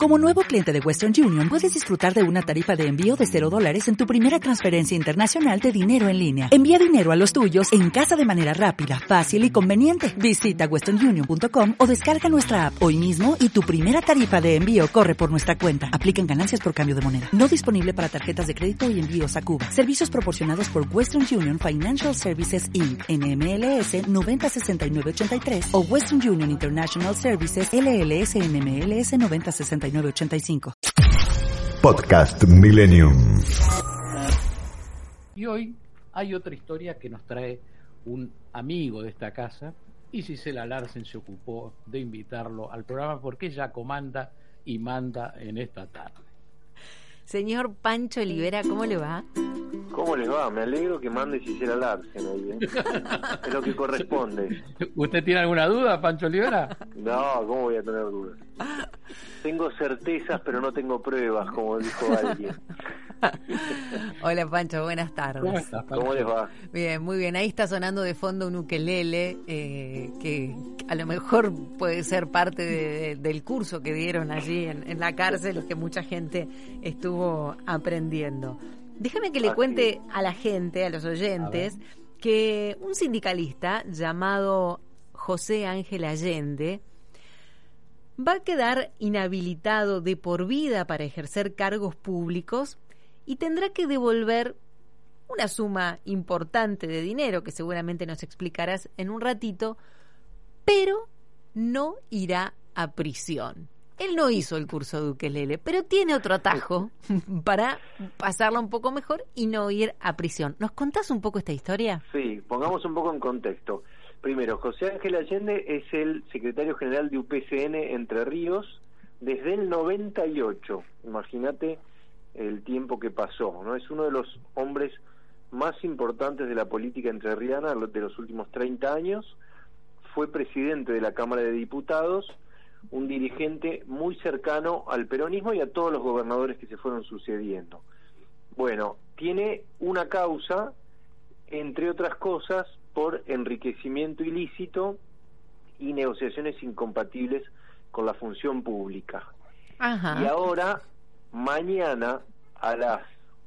Como nuevo cliente de Western Union, puedes disfrutar de una tarifa de envío de $0 en tu primera transferencia internacional de dinero en línea. Envía dinero a los tuyos en casa de manera rápida, fácil y conveniente. Visita westernunion.com o descarga nuestra app hoy mismo y tu primera tarifa de envío corre por nuestra cuenta. Aplican ganancias por cambio de moneda. No disponible para tarjetas de crédito y envíos a Cuba. Servicios proporcionados por Western Union Financial Services Inc. NMLS 906983 o Western Union International Services LLS NMLS 906985. Podcast Millennium. Y hoy hay otra historia que nos trae un amigo de esta casa, y Gisela Larsen se ocupó de invitarlo al programa porque ella comanda y manda en esta tarde. Señor Pancho Olivera, ¿cómo le va? ¿Cómo les va? Me alegro que mande Gisela Larsen ahí, ¿eh? Es lo que corresponde. ¿Usted tiene alguna duda, Pancho Olivera? No, ¿cómo voy a tener dudas? Tengo certezas, pero no tengo pruebas, como dijo alguien. Hola Pancho, buenas tardes. ¿Cómo estás, Pancho? ¿Cómo les va? Bien, muy bien. Ahí está sonando de fondo un ukelele que a lo mejor puede ser parte del curso que dieron allí en la cárcel, que mucha gente estuvo aprendiendo. Déjame que le cuente a la gente, a los oyentes, que un sindicalista llamado José Ángel Allende va a quedar inhabilitado de por vida para ejercer cargos públicos y tendrá que devolver una suma importante de dinero, que seguramente nos explicarás en un ratito, pero no irá a prisión. Él no hizo el curso de ukelele, pero tiene otro atajo para pasarla un poco mejor y no ir a prisión. ¿Nos contás un poco esta historia? Sí, pongamos un poco en contexto. Primero, José Ángel Allende es el secretario general de UPCN Entre Ríos desde el 98. Imagínate el tiempo que pasó, ¿no? Es uno de los hombres más importantes de la política entrerriana de los últimos 30 años. Fue presidente de la Cámara de Diputados, un dirigente muy cercano al peronismo y a todos los gobernadores que se fueron sucediendo. Bueno, tiene una causa, entre otras cosas, por enriquecimiento ilícito y negociaciones incompatibles con la función pública. Ajá. Y ahora, mañana a las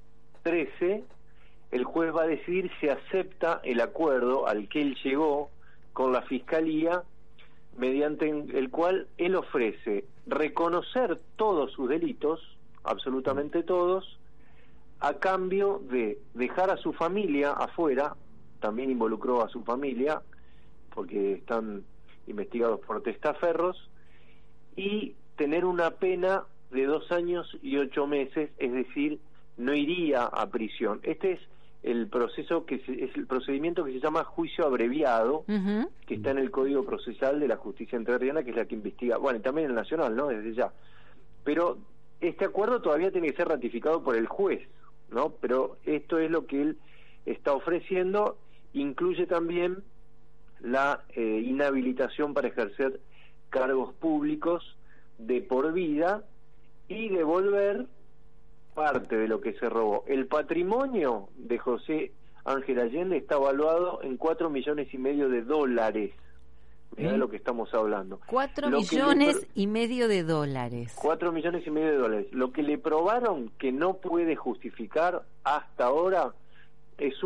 13, el juez va a decidir si acepta el acuerdo al que él llegó con la Fiscalía, mediante el cual él ofrece reconocer todos sus delitos, absolutamente todos, a cambio de dejar a su familia afuera. También involucró a su familia, porque están investigados por testaferros, y tener una pena de 2 años y 8 meses, es decir, no iría a prisión. Este es el proceso es el procedimiento que se llama juicio abreviado, que está en el Código Procesal de la Justicia Entrerriana, que es la que investiga, bueno, y también el Nacional, ¿no? Desde ya. Pero este acuerdo todavía tiene que ser ratificado por el juez, ¿no? Pero esto es lo que él está ofreciendo. Incluye también la inhabilitación para ejercer cargos públicos de por vida y devolver parte de lo que se robó. El patrimonio de José Ángel Allende está evaluado en $4,5 millones de dólares. Mirá de lo que estamos hablando. 4 millones y medio de dólares. 4,5 millones de dólares. Lo que le probaron que no puede justificar hasta ahora es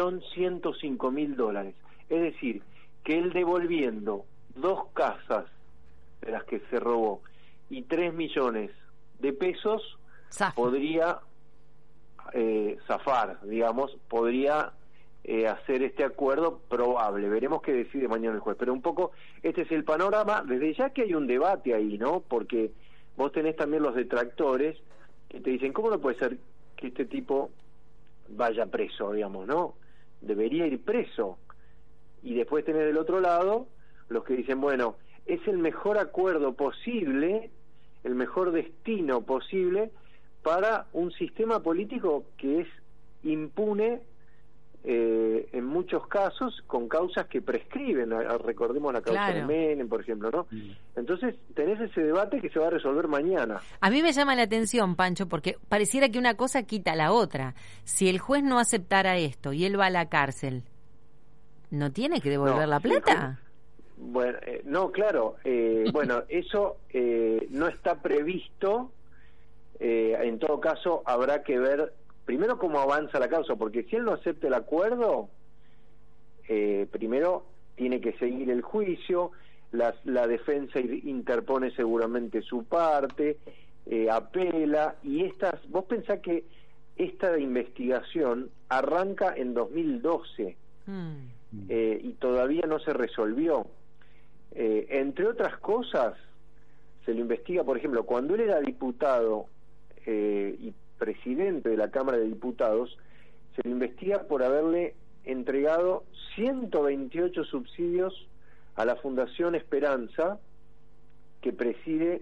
$1.105.000. Es decir, que él devolviendo 2 casas de las que se robó y 3 millones de pesos podría zafar, digamos, podría hacer este acuerdo probable. Veremos qué decide mañana el juez, pero un poco este es el panorama. Desde ya que hay un debate ahí, ¿no? Porque vos tenés también los detractores que te dicen, ¿cómo no puede ser que este tipo vaya preso, digamos, ¿no? Debería ir preso. Y después tenés del otro lado los que dicen, bueno, es el mejor acuerdo posible, el mejor destino posible para un sistema político que es impune en muchos casos, con causas que prescriben. Recordemos la causa de Menem, por ejemplo, ¿no? Entonces tenés ese debate que se va a resolver mañana. A mí me llama la atención, Pancho, porque pareciera que una cosa quita la otra. Si el juez no aceptara esto y él va a la cárcel, ¿no tiene que devolver la plata? Bueno, no, claro, bueno, eso no está previsto. En todo caso, habrá que ver primero cómo avanza la causa, porque si él no acepta el acuerdo, primero tiene que seguir el juicio, la defensa interpone seguramente su parte, apela, y vos pensás que esta investigación arranca en 2012 y todavía no se resolvió. Entre otras cosas, se lo investiga, por ejemplo, cuando él era diputado y presidente de la Cámara de Diputados, se le investiga por haberle entregado 128 subsidios a la Fundación Esperanza, que presidía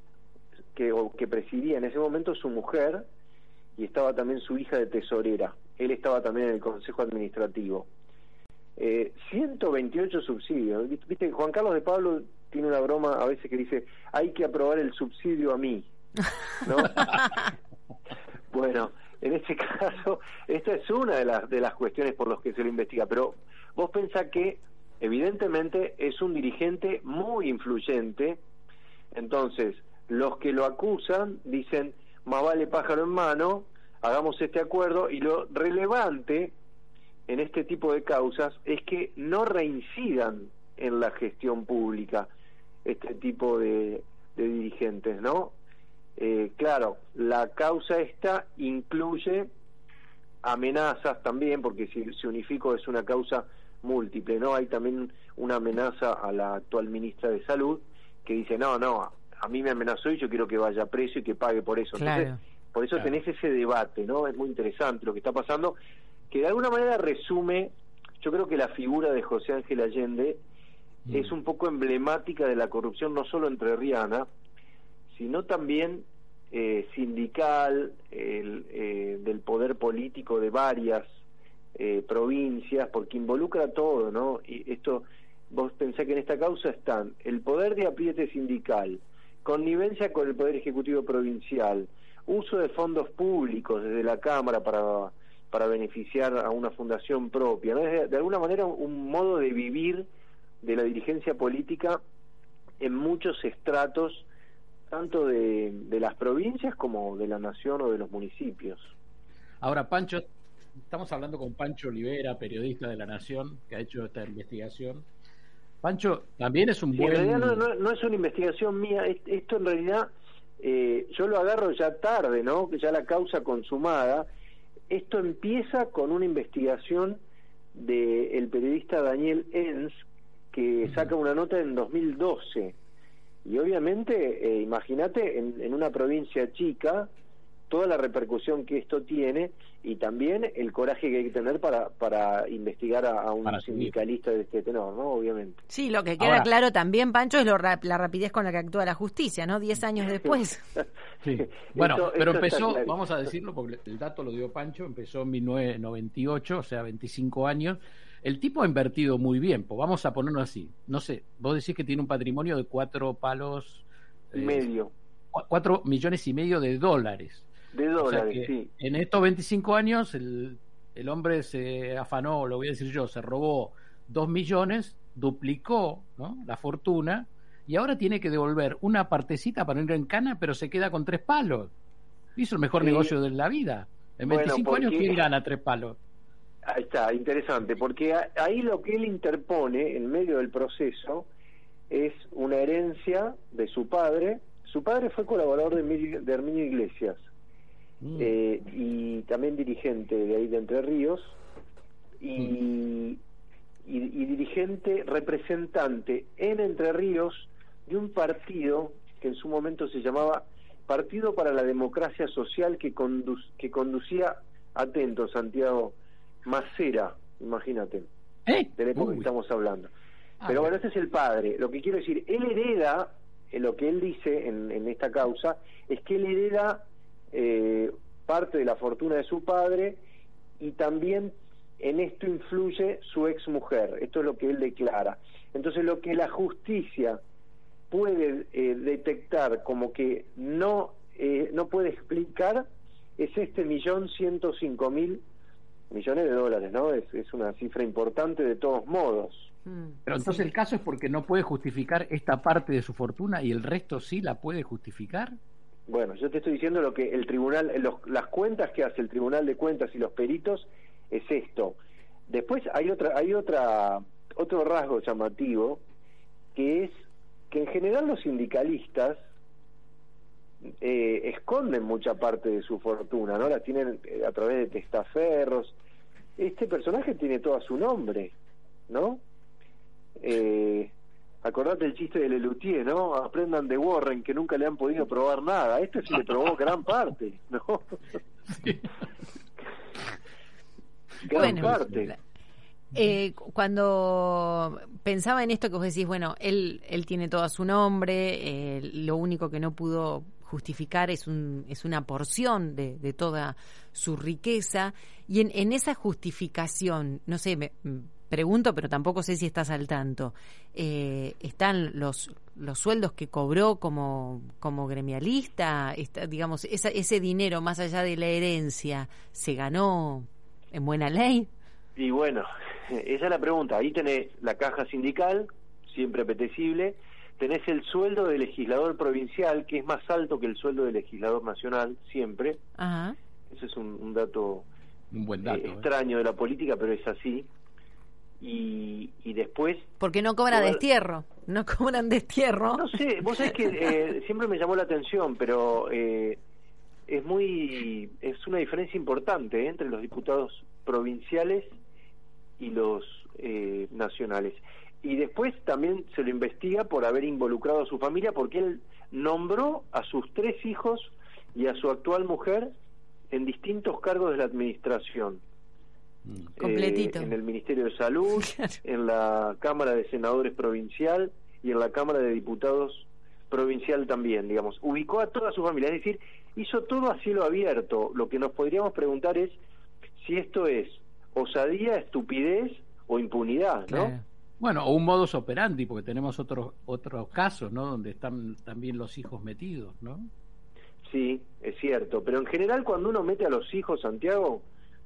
en ese momento su mujer, y estaba también su hija de tesorera. Él estaba también en el Consejo Administrativo. 128 subsidios. Viste, Juan Carlos de Pablo tiene una broma a veces que dice: hay que aprobar el subsidio a mí, ¿no? Bueno, en este caso, esta es una de las cuestiones por las que se lo investiga, pero vos pensás que evidentemente es un dirigente muy influyente. Entonces los que lo acusan dicen: más vale pájaro en mano, hagamos este acuerdo. Y lo relevante en este tipo de causas es que no reincidan en la gestión pública este tipo de dirigentes, ¿no? Claro, la causa esta incluye amenazas también, porque si se unificó es una causa múltiple, ¿no? Hay también una amenaza a la actual ministra de Salud, que dice: no, a mí me amenazó y yo quiero que vaya preso y que pague por eso. Claro. Entonces, por eso tenés ese debate, ¿no? Es muy interesante lo que está pasando, que de alguna manera resume, yo creo que la figura de José Ángel Allende es un poco emblemática de la corrupción, no solo entrerriana, sino también sindical, del poder político de varias provincias, porque involucra todo, ¿no? Y esto, vos pensás que en esta causa están el poder de apriete sindical, connivencia con el poder ejecutivo provincial, uso de fondos públicos desde la Cámara para beneficiar a una fundación propia, ¿no? Es de alguna manera un modo de vivir de la dirigencia política en muchos estratos, tanto de las provincias como de la nación o de los municipios. Ahora, Pancho, estamos hablando con Pancho Olivera, periodista de La Nación, que ha hecho esta investigación. Pancho también es un buen... En realidad no es una investigación mía, esto en realidad yo lo agarro ya tarde, ¿no? Ya la causa consumada. Esto empieza con una investigación del periodista Daniel Enz, que saca una nota en 2012. Y obviamente, imagínate, en una provincia chica, toda la repercusión que esto tiene, y también el coraje que hay que tener para investigar a un sindicalista de este tenor, ¿no? Obviamente. Sí, lo que queda claro también, Pancho, es la rapidez con la que actúa la justicia, ¿no? 10 años después. Sí. Bueno, pero empezó, vamos a decirlo, porque el dato lo dio Pancho, empezó en 1998, o sea, 25 años. El tipo ha invertido muy bien, pues vamos a ponerlo así. No sé, vos decís que tiene un patrimonio de 4 palos... medio. 4,5 millones de dólares. De dólares, o sea que sí. En estos 25 años el hombre se afanó, lo voy a decir yo, se robó 2 millones, duplicó, ¿no?, la fortuna, y ahora tiene que devolver una partecita para no ir en cana, pero se queda con 3 palos. Hizo el mejor negocio de la vida. En 25 años, ¿quién gana 3 palos? Ahí está, interesante, porque ahí lo que él interpone en medio del proceso es una herencia de su padre. Su padre fue colaborador de Herminio Iglesias, y también dirigente de ahí de Entre Ríos, y dirigente, representante en Entre Ríos de un partido que en su momento se llamaba Partido para la Democracia Social, que conducía, atento, Santiago, Macera, imagínate, de la época que estamos hablando. Pero bueno, este es el padre. Lo que quiero decir, él hereda, lo que él dice en esta causa, es que él hereda parte de la fortuna de su padre, y también en esto influye su exmujer. Esto es lo que él declara. Entonces, lo que la justicia puede detectar como que no puede explicar es este 1.105.000 millones de dólares, ¿no? Es una cifra importante de todos modos. Pero entonces el caso es porque no puede justificar esta parte de su fortuna y el resto sí la puede justificar. Bueno, yo te estoy diciendo lo que el tribunal, las cuentas que hace el Tribunal de Cuentas y los peritos es esto. Después hay otro rasgo llamativo, que es que en general los sindicalistas esconden mucha parte de su fortuna, ¿no? La tienen a través de testaferros. Este personaje tiene todo a su nombre, ¿no? Acordate el chiste de Lelutier, ¿no? Aprendan de Warren, que nunca le han podido probar nada. A este sí le probó gran parte, ¿no? Sí. Gran parte. Cuando pensaba en esto que vos decís, bueno, él tiene todo a su nombre, lo único que no pudo justificar es una porción de toda su riqueza, y en esa justificación, no sé, me pregunto, pero tampoco sé si estás al tanto, están los sueldos que cobró como gremialista, digamos, ese dinero más allá de la herencia, ¿se ganó en buena ley? Y bueno, esa es la pregunta. Ahí tenés la caja sindical, siempre apetecible, tenés el sueldo de legislador provincial, que es más alto que el sueldo de legislador nacional, siempre. Ajá. Ese es un dato, un buen dato extraño de la política, pero es así. Y después... Porque no cobran destierro, no cobran destierro. No sé, vos sabés que siempre me llamó la atención, pero es una diferencia importante entre los diputados provinciales y los nacionales. Y después también se lo investiga por haber involucrado a su familia, porque él nombró a sus 3 hijos y a su actual mujer en distintos cargos de la administración. Completito. En el Ministerio de Salud, en la Cámara de Senadores provincial y en la Cámara de Diputados provincial también, digamos. Ubicó a toda su familia, es decir, hizo todo a cielo abierto. Lo que nos podríamos preguntar es si esto es osadía, estupidez o impunidad, ¿no? Claro. Bueno, o un modus operandi, porque tenemos otros casos, ¿no? Donde están también los hijos metidos, ¿no? Sí, es cierto, pero en general cuando uno mete a los hijos, Santiago,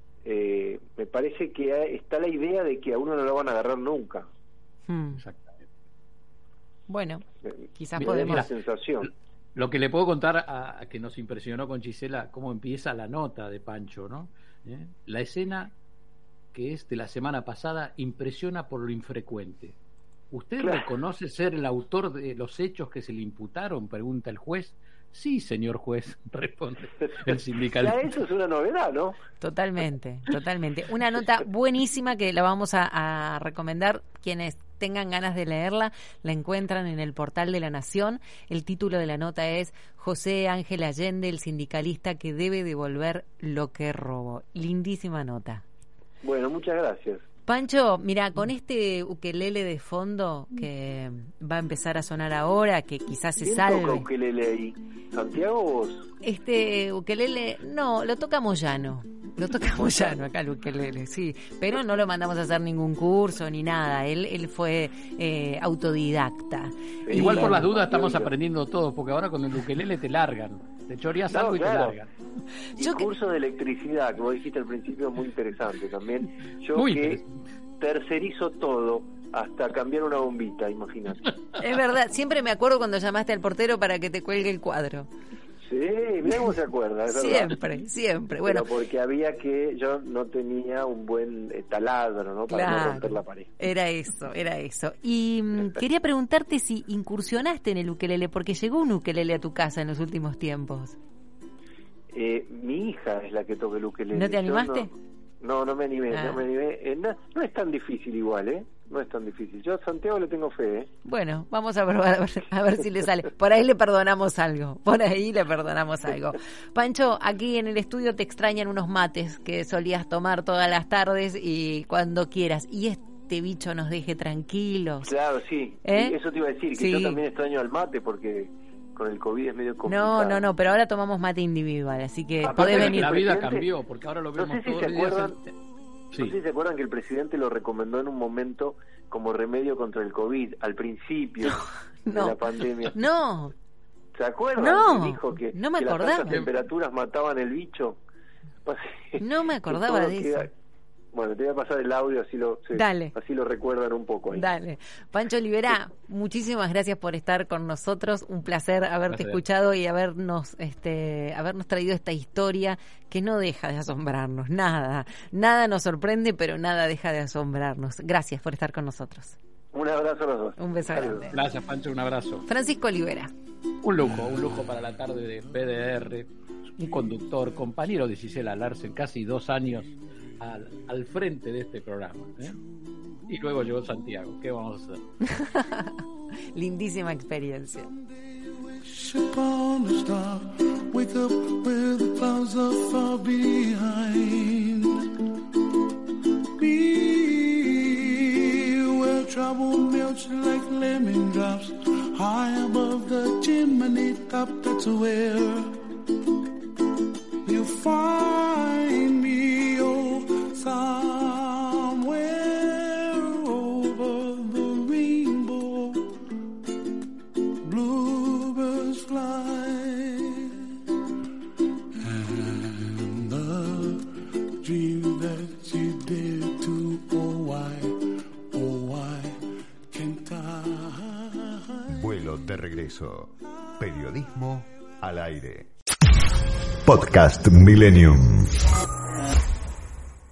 me parece que está la idea de que a uno no lo van a agarrar nunca. Exactamente. Bueno, quizás Mira, podemos... la sensación. Lo que le puedo contar a que nos impresionó con Gisela, cómo empieza la nota de Pancho, ¿no? La escena que es de la semana pasada impresiona por lo infrecuente. ¿Usted reconoce ser el autor de los hechos que se le imputaron?, pregunta el juez. Sí, señor juez, responde el sindicalista. Ya eso es una novedad, ¿no? Totalmente. Una nota buenísima que la vamos a recomendar. Quienes tengan ganas de leerla, la encuentran en el portal de La Nación. El título de la nota es José Ángel Allende, el sindicalista que debe devolver lo que robó. Lindísima nota. Bueno, muchas gracias. Pancho, mira, con este ukelele de fondo que va a empezar a sonar ahora, que quizás se salve. ¿Quién toca ukelele ahí? ¿Santiago o vos? Este ukelele, no, lo toca Moyano. Lo toca Moyano acá el ukelele, sí. Pero no lo mandamos a hacer ningún curso ni nada. Él fue autodidacta. Igual por las dudas estamos aprendiendo todo, porque ahora con el ukelele te largan. Te choreas algo y te largan. Y curso de electricidad, que vos dijiste al principio, muy interesante también. Yo muy que tercerizo todo, hasta cambiar una bombita, imagínate. Es verdad, siempre me acuerdo cuando llamaste al portero para que te cuelgue el cuadro. Sí, mirá cómo se acuerda, es verdad. Siempre. Bueno, pero porque yo no tenía un buen taladro, ¿no? Para no romper la pared. Era eso. Y quería preguntarte si incursionaste en el ukelele, porque llegó un ukelele a tu casa en los últimos tiempos. Mi hija es la que toca el ukelele. ¿No te animaste? No me animé, no me animé. No es tan difícil igual, No es tan difícil. Yo a Santiago le tengo fe, Bueno, vamos a probar a ver si le sale. Por ahí le perdonamos algo. Pancho, aquí en el estudio te extrañan unos mates que solías tomar todas las tardes y cuando quieras. Y este bicho nos deje tranquilos. Claro, sí. Eso te iba a decir, que yo también extraño al mate porque con el COVID es medio complicado. No, pero ahora tomamos mate individual, así que podés venir. La vida cambió, porque ahora lo vemos todos los días. No sé si se acuerdan que el presidente lo recomendó en un momento como remedio contra el COVID, al principio de la pandemia. No. ¿Se acuerdan? No, que dijo que no me acordaba. Las altas temperaturas mataban el bicho. No me acordaba de eso. Bueno, te voy a pasar el audio, así lo recuerdan un poco ahí. Dale. Pancho Olivera, muchísimas gracias por estar con nosotros. Un placer haberte escuchado y habernos traído esta historia que no deja de asombrarnos. Nada nos sorprende, pero nada deja de asombrarnos. Gracias por estar con nosotros. Un abrazo a los dos. Un beso grande. Gracias, Pancho, un abrazo. Francisco Olivera. Un lujo para la tarde de PDR. Un conductor, compañero de Gisela Larsen, casi 2 años al frente de este programa, ¿eh? Y luego llegó Santiago. ¿Qué vamos a hacer? Lindísima experiencia. Trouble melts like lemon drops high above the chimney top. That's where you find me, oh, somewhere over the rainbow. Bluebirds fly, and the dream that you dare to, oh why can't I? Vuelo de regreso. Periodismo al aire. Podcast Millennium.